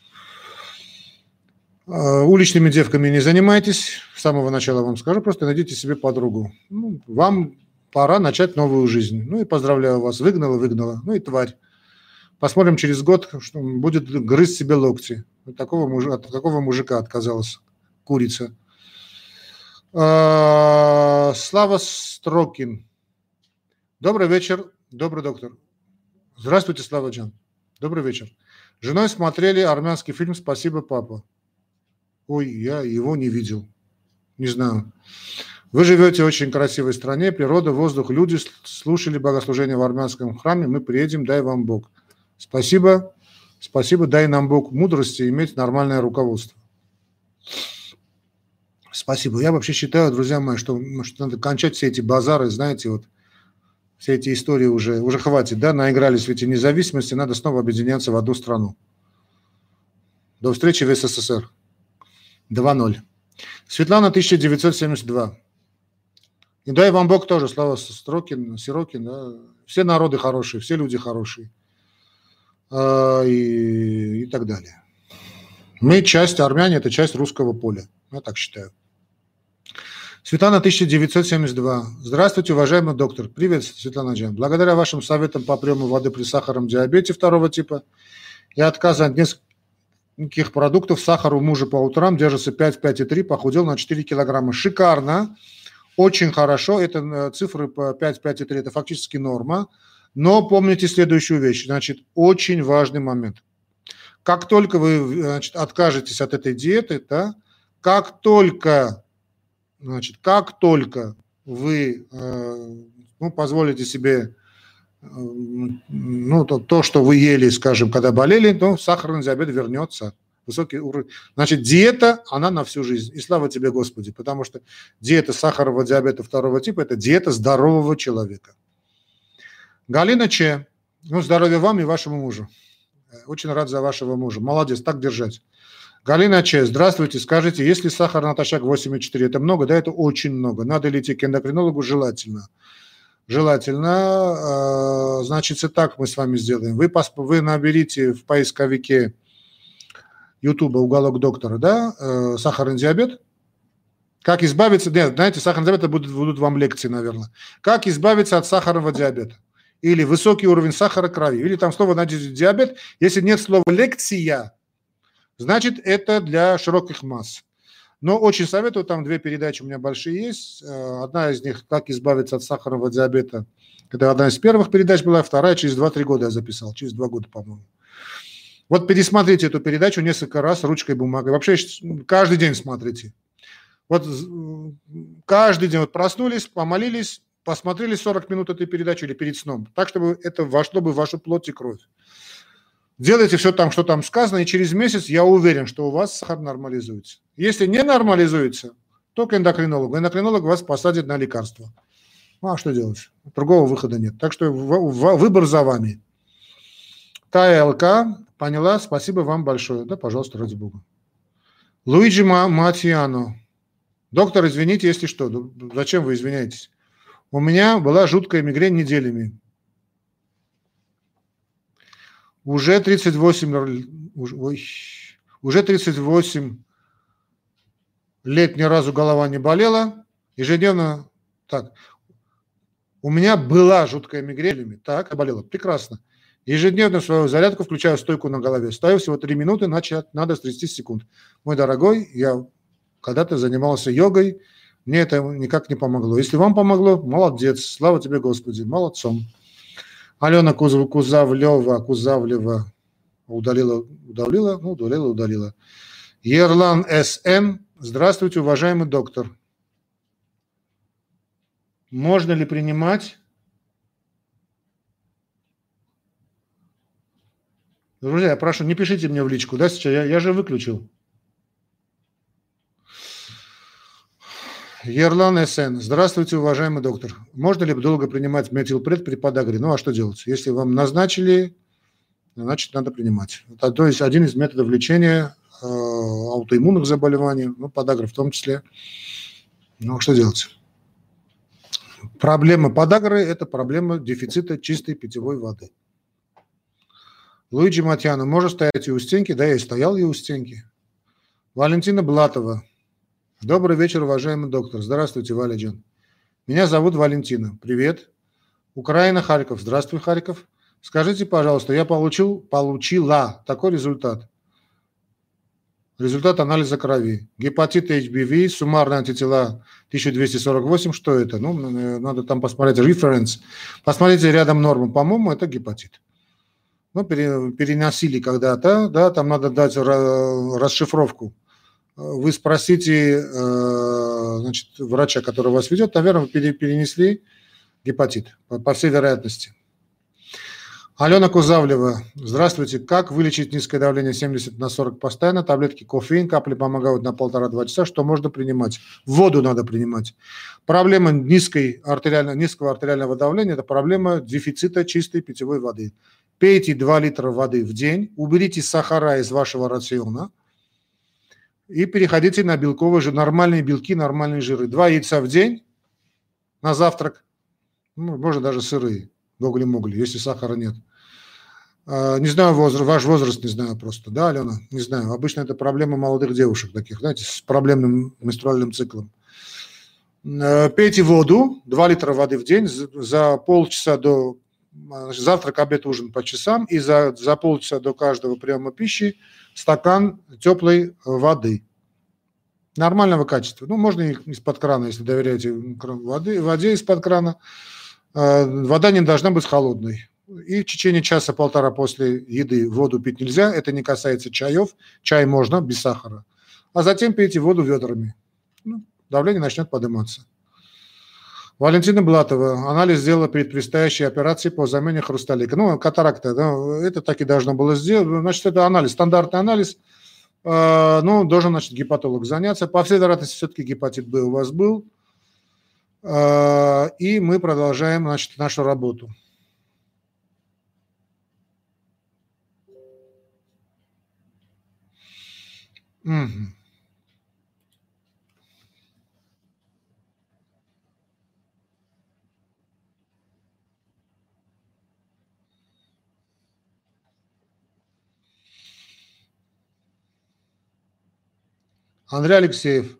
Уличными девками не занимайтесь. С самого начала вам скажу, просто найдите себе подругу. Ну, вам пора начать новую жизнь. Ну и поздравляю вас. Выгнала. Ну и тварь. Посмотрим через год, что будет грызть себе локти. От такого мужика отказалась курица. Слава Строкин. Добрый вечер, добрый доктор. Здравствуйте, Слава Джан. Добрый вечер. С женой смотрели армянский фильм «Спасибо, папа». Ой, я его не видел. Не знаю. Вы живете в очень красивой стране, природа, воздух, люди, слушали богослужение в армянском храме, мы приедем, дай вам Бог. Спасибо, дай нам Бог мудрости иметь нормальное руководство. Спасибо. Я вообще считаю, друзья мои, что надо кончать все эти базары, знаете, вот все эти истории уже хватит, да, наигрались в эти независимости, надо снова объединяться в одну страну. До встречи в СССР. 2-0. Светлана, 1972. И дай вам Бог тоже, Слава Сирокин, да. Все народы хорошие, все люди хорошие. И так далее. Мы часть, армяне, это часть русского поля. Я так считаю. Светлана, 1972. Здравствуйте, уважаемый доктор. Привет, Светлана Джан. Благодаря вашим советам по приему воды при сахарном диабете второго типа и отказа от нескольких продуктов, сахар у мужа по утрам держится 5,3, похудел на 4 килограмма. Шикарно, очень хорошо. Это цифры по 5,3, это фактически норма. Но помните следующую вещь. Значит, очень важный момент. Как только вы, значит, откажетесь от этой диеты, да, как только вы позволите себе то, что вы ели, скажем, когда болели, то сахарный диабет вернется. Высокий уровень. Значит, диета, она на всю жизнь. И слава тебе, Господи, потому что диета сахарного диабета второго типа – это диета здорового человека. Галина Че. Здоровья вам и вашему мужу. Очень рад за вашего мужа. Молодец, так держать. Галина Че, здравствуйте. Скажите, если сахар натощак 8,4, это много? Да, это очень много. Надо ли идти к эндокринологу? Желательно. Значит, так мы с вами сделаем. Вы наберите в поисковике Ютуба «Уголок доктора», да, сахарный диабет. Как избавиться... Нет, знаете, сахарный диабет будут вам лекции, наверное. Как избавиться от сахарного диабета? Или высокий уровень сахара крови. Или там слово найдите диабет. Если нет слова лекция, значит, это для широких масс. Но очень советую, там 2 передачи у меня большие есть. Одна из них «Как избавиться от сахарного диабета». Это одна из первых передач была, вторая через 2-3 года я записал, через 2 года, по-моему. Вот пересмотрите эту передачу несколько раз ручкой, бумагой. Вообще каждый день смотрите. Вот каждый день вот проснулись, помолились, посмотрели 40 минут этой передачи или перед сном, так, чтобы это вошло бы в вашу плоть и кровь. Делайте все там, что там сказано, и через месяц я уверен, что у вас сахар нормализуется. Если не нормализуется, то к эндокринологу. Эндокринолог вас посадит на лекарство. Ну, а что делать? Другого выхода нет. Так что выбор за вами. Тая ЛК, поняла, спасибо вам большое. Да, пожалуйста, ради бога. Луиджи Матьяно. Доктор, извините, если что. Зачем вы извиняетесь? У меня была жуткая мигрень неделями. Уже 38 лет ни разу голова не болела. Ежедневно... Так, у меня была жуткая мигрень. Так, болела. Прекрасно. Ежедневно в свою зарядку включаю стойку на голове. Стою всего 3 минуты, иначе надо с 30 секунд. Мой дорогой, я когда-то занимался йогой. Мне это никак не помогло. Если вам помогло, молодец. Слава тебе, Господи. Молодцом. Алена Кузавлева удалила. Ерлан СН. Здравствуйте, уважаемый доктор. Можно ли принимать Друзья, я прошу, не пишите мне в личку, да, сейчас я же выключил. Ерлан СН. Здравствуйте, уважаемый доктор. Можно ли долго принимать метилпред при подагре? Ну, а что делать? Если вам назначили, значит, надо принимать. То есть один из методов лечения аутоиммунных заболеваний, ну, подагра в том числе. Ну, что делать? Проблема подагры – это проблема дефицита чистой питьевой воды. Луиджи Матьяна. Можно стоять и у стенки? Да, я и стоял и у стенки. Валентина Блатова. Добрый вечер, уважаемый доктор. Здравствуйте, Валяджан. Меня зовут Валентина. Привет. Украина, Харьков. Здравствуй, Харьков. Скажите, пожалуйста, я получила такой результат. Результат анализа крови. Гепатит HBV, суммарные антитела 1248. Что это? Ну, надо там посмотреть reference. Посмотрите рядом норму. По-моему, это гепатит. Ну, переносили когда-то, да, там надо дать расшифровку. Вы спросите, значит, врача, который вас ведет, наверное, перенесли гепатит, по всей вероятности. Алена Кузавлева. Здравствуйте. Как вылечить низкое давление 70/40 постоянно? Таблетки кофеин, капли помогают на 1,5-2 часа. Что можно принимать? Воду надо принимать. Проблема низкого артериального давления – это проблема дефицита чистой питьевой воды. Пейте 2 литра воды в день, уберите сахара из вашего рациона и переходите на белковые жиры, нормальные белки, нормальные жиры. 2 яйца в день на завтрак, ну, можно даже сырые. Гогли-могли, если сахара нет. Не знаю ваш возраст, не знаю просто. Да, Алена? Не знаю. Обычно это проблема молодых девушек таких, знаете, с проблемным менструальным циклом. Пейте воду, 2 литра воды в день, за полчаса до завтрак, обед, ужин по часам, и за полчаса до каждого приема пищи стакан теплой воды. Нормального качества. Ну, можно из-под крана, если доверяете воде из-под крана. Вода не должна быть холодной. И в течение часа-полтора после еды воду пить нельзя. Это не касается чаев. Чай можно без сахара. А затем пейте воду ведрами. Ну, давление начнет подниматься. Валентина Блатова. Анализ сделала перед предстоящей операцией по замене хрусталика. Ну, катаракта. Да, это так и должно было сделать. Значит, это анализ, стандартный анализ. Ну, должен, значит, гепатолог заняться. По всей вероятности, все-таки гепатит Б у вас был. И мы продолжаем, значит, нашу работу. Угу. Андрей Алексеев.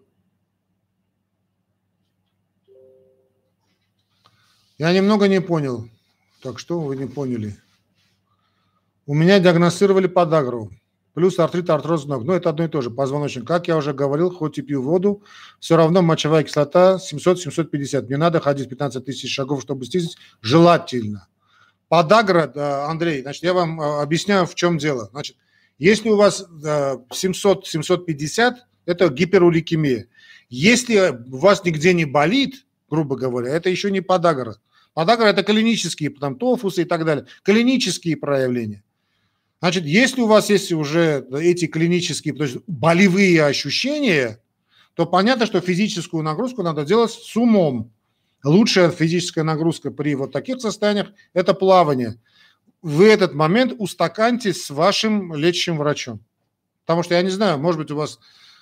Я немного не понял. Так что вы не поняли? У меня диагностировали подагру. Плюс артрит, артроз ног. Но это одно и то же. Позвоночник. Как я уже говорил, хоть и пью воду, все равно мочевая кислота 700-750. Мне надо ходить 15 тысяч шагов, чтобы снизить. Желательно. Подагра, Андрей, значит, я вам объясняю, в чем дело. Значит, если у вас 700-750, это гиперурикемия. Если у вас нигде не болит, грубо говоря, это еще не подагра. Подагра – это клинические, там, тофусы и так далее, клинические проявления. Значит, если у вас есть уже эти клинические, то есть болевые ощущения, то понятно, что физическую нагрузку надо делать с умом. Лучшая физическая нагрузка при вот таких состояниях – это плавание. В этот момент устаканьтесь с вашим лечащим врачом. Потому что, я не знаю, может быть, у вас…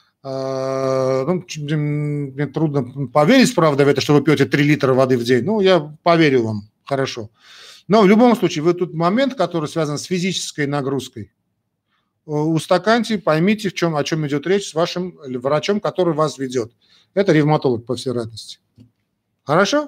мне трудно поверить, правда, в это, что вы пьете 3 литра воды в день. Ну, я поверю вам, хорошо. Но в любом случае, вы тут момент, который связан с физической нагрузкой, устаканьте, поймите, о чем идет речь с вашим врачом, который вас ведет. Это ревматолог, по всей вероятности. Хорошо?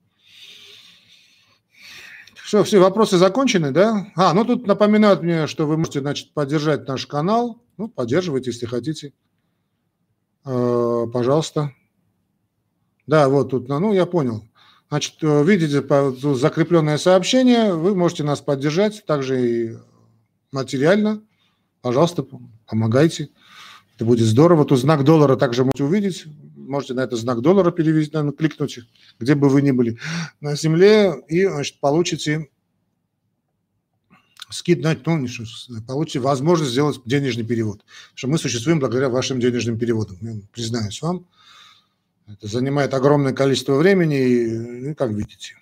Все, вопросы закончены, да? Ну тут напоминают мне, что вы можете, значит, поддержать наш канал. Ну, поддерживайте, если хотите. Пожалуйста. Да, вот тут, ну, я понял. Значит, видите закрепленное сообщение, вы можете нас поддержать, также и материально. Пожалуйста, помогайте. Это будет здорово. Тут знак доллара также можете увидеть. Можете на этот знак доллара перевести, кликнуть, где бы вы ни были на земле, и, значит, получите скидывать, ну, получите возможность сделать денежный перевод. Потому что мы существуем благодаря вашим денежным переводам. Я признаюсь вам, это занимает огромное количество времени, и как видите.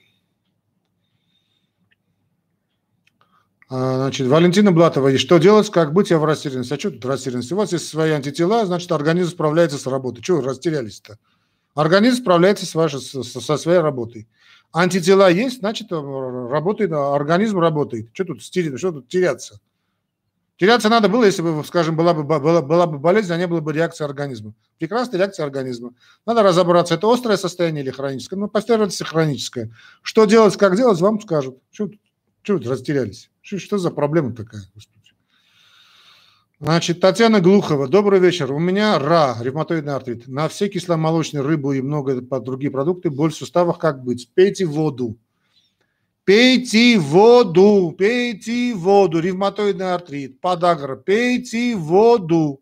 Значит, Валентина Блатова, что делать, как быть, я в растерянности. А что тут растерянности? У вас есть свои антитела, значит, организм справляется с работой. Чего вы растерялись-то? Организм справляется со своей работой. Антитела есть, значит, работает, организм работает. Что тут теряться? Теряться надо было, если бы, скажем, была бы болезнь, а не было бы реакции организма. Прекрасная реакция организма. Надо разобраться, это острое состояние или хроническое. Ну, по вероятности хроническое. Что делать, как делать, вам скажут. Чего вы растерялись? Что за проблема такая? Значит, Татьяна Глухова. Добрый вечер. У меня ревматоидный артрит. На все кисломолочные, рыбу и много другие продукты, боль в суставах, как быть? Пейте воду. Пейте воду. Пейте воду. Ревматоидный артрит, подагра. Пейте воду.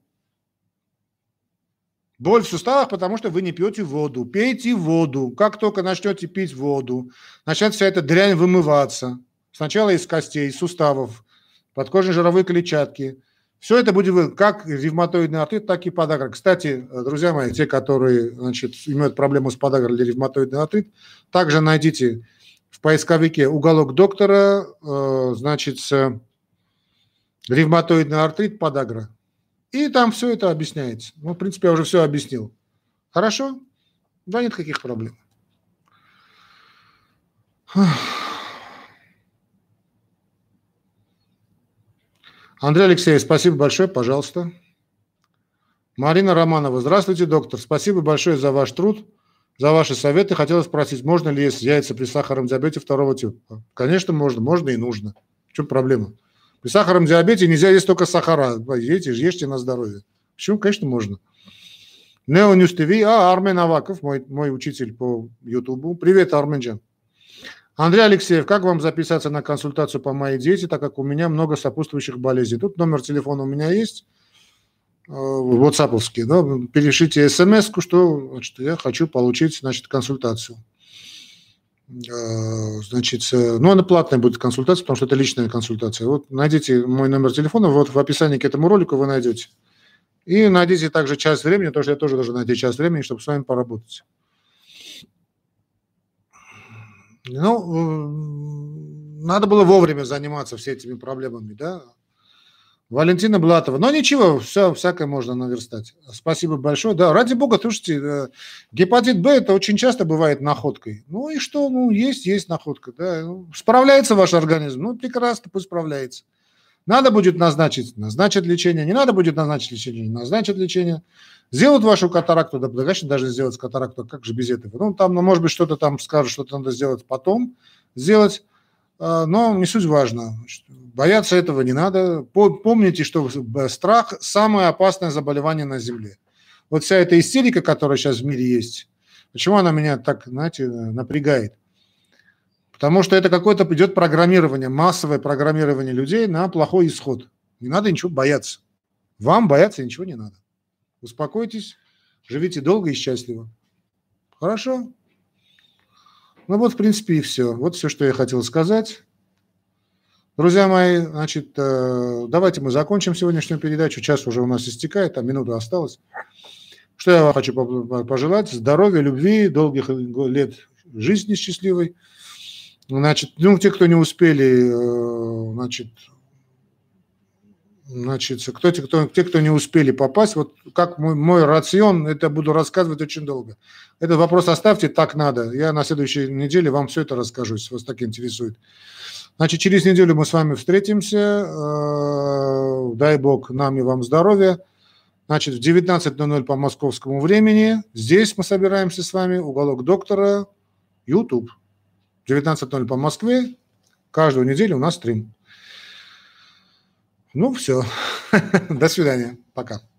Боль в суставах, потому что вы не пьете воду. Пейте воду. Как только начнете пить воду, начнет вся эта дрянь вымываться. Сначала из костей, из суставов, подкожной жировой клетчатки. Все это будет как ревматоидный артрит, так и подагра. Кстати, друзья мои, те, которые, значит, имеют проблему с подагрой или ревматоидный артрит, также найдите в поисковике уголок доктора, значит, ревматоидный артрит, подагра. И там все это объясняется. Ну, в принципе, я уже все объяснил. Хорошо? Да, нет каких проблем. Андрей Алексеевич, спасибо большое, пожалуйста. Марина Романова, здравствуйте, доктор. Спасибо большое за ваш труд, за ваши советы. Хотела спросить, можно ли есть яйца при сахарном диабете второго типа? Конечно, можно и нужно. В чем проблема? При сахарном диабете нельзя есть только сахара. Ешьте на здоровье. Почему? Конечно, можно. Неоньюз ТВ, Армен Аваков, мой учитель по Ютубу. Привет, Арменджан. Андрей Алексеев, как вам записаться на консультацию по моей диете, так как у меня много сопутствующих болезней? Тут номер телефона у меня есть, WhatsApp-овский, да? Перешлите смс-ку, что, значит, я хочу получить, значит, консультацию. Значит, ну, она платная будет консультация, потому что это личная консультация. Вот найдите мой номер телефона, вот в описании к этому ролику вы найдете. И найдите также час времени, потому что я тоже должен найти час времени, чтобы с вами поработать. Ну, надо было вовремя заниматься всеми этими проблемами, да. Валентина Блатова. Но ничего, всякое можно наверстать. Спасибо большое. Да, ради бога, слушайте, гепатит Б это очень часто бывает находкой. Ну и что? Ну, есть находка. Да. Справляется ваш организм? Ну, прекрасно, пусть справляется. Надо будет назначить лечение. Не надо будет назначить лечение, не назначить лечение. Сделают вашу катаракту, да, конечно, даже сделать катаракту, как же без этого? Ну, там, ну, может быть, что-то там скажут, что-то надо сделать потом, сделать, но не суть важно. Бояться этого не надо. Помните, что страх – самое опасное заболевание на Земле. Вот вся эта истерика, которая сейчас в мире есть, почему она меня так, знаете, напрягает? Потому что это какое-то идет программирование, массовое программирование людей на плохой исход. Не надо ничего бояться. Вам бояться ничего не надо. Успокойтесь, живите долго и счастливо. Хорошо? Ну вот, в принципе, и все. Вот все, что я хотел сказать. Друзья мои, значит, давайте мы закончим сегодняшнюю передачу. Час уже у нас истекает, а минута осталась. Что я вам хочу пожелать? Здоровья, любви, долгих лет жизни счастливой. Значит, ну, те, кто не успели, те, кто не успели попасть, вот как мой рацион, это буду рассказывать очень долго. Этот вопрос оставьте, так надо. Я на следующей неделе вам все это расскажу, если вас так интересует. Значит, через неделю мы с вами встретимся. Дай бог нам и вам здоровья. Значит, в 19:00 по московскому времени. Здесь мы собираемся с вами. Уголок доктора, YouTube. 19:00 по Москве. Каждую неделю у нас стрим. Ну, все. До свидания. Пока.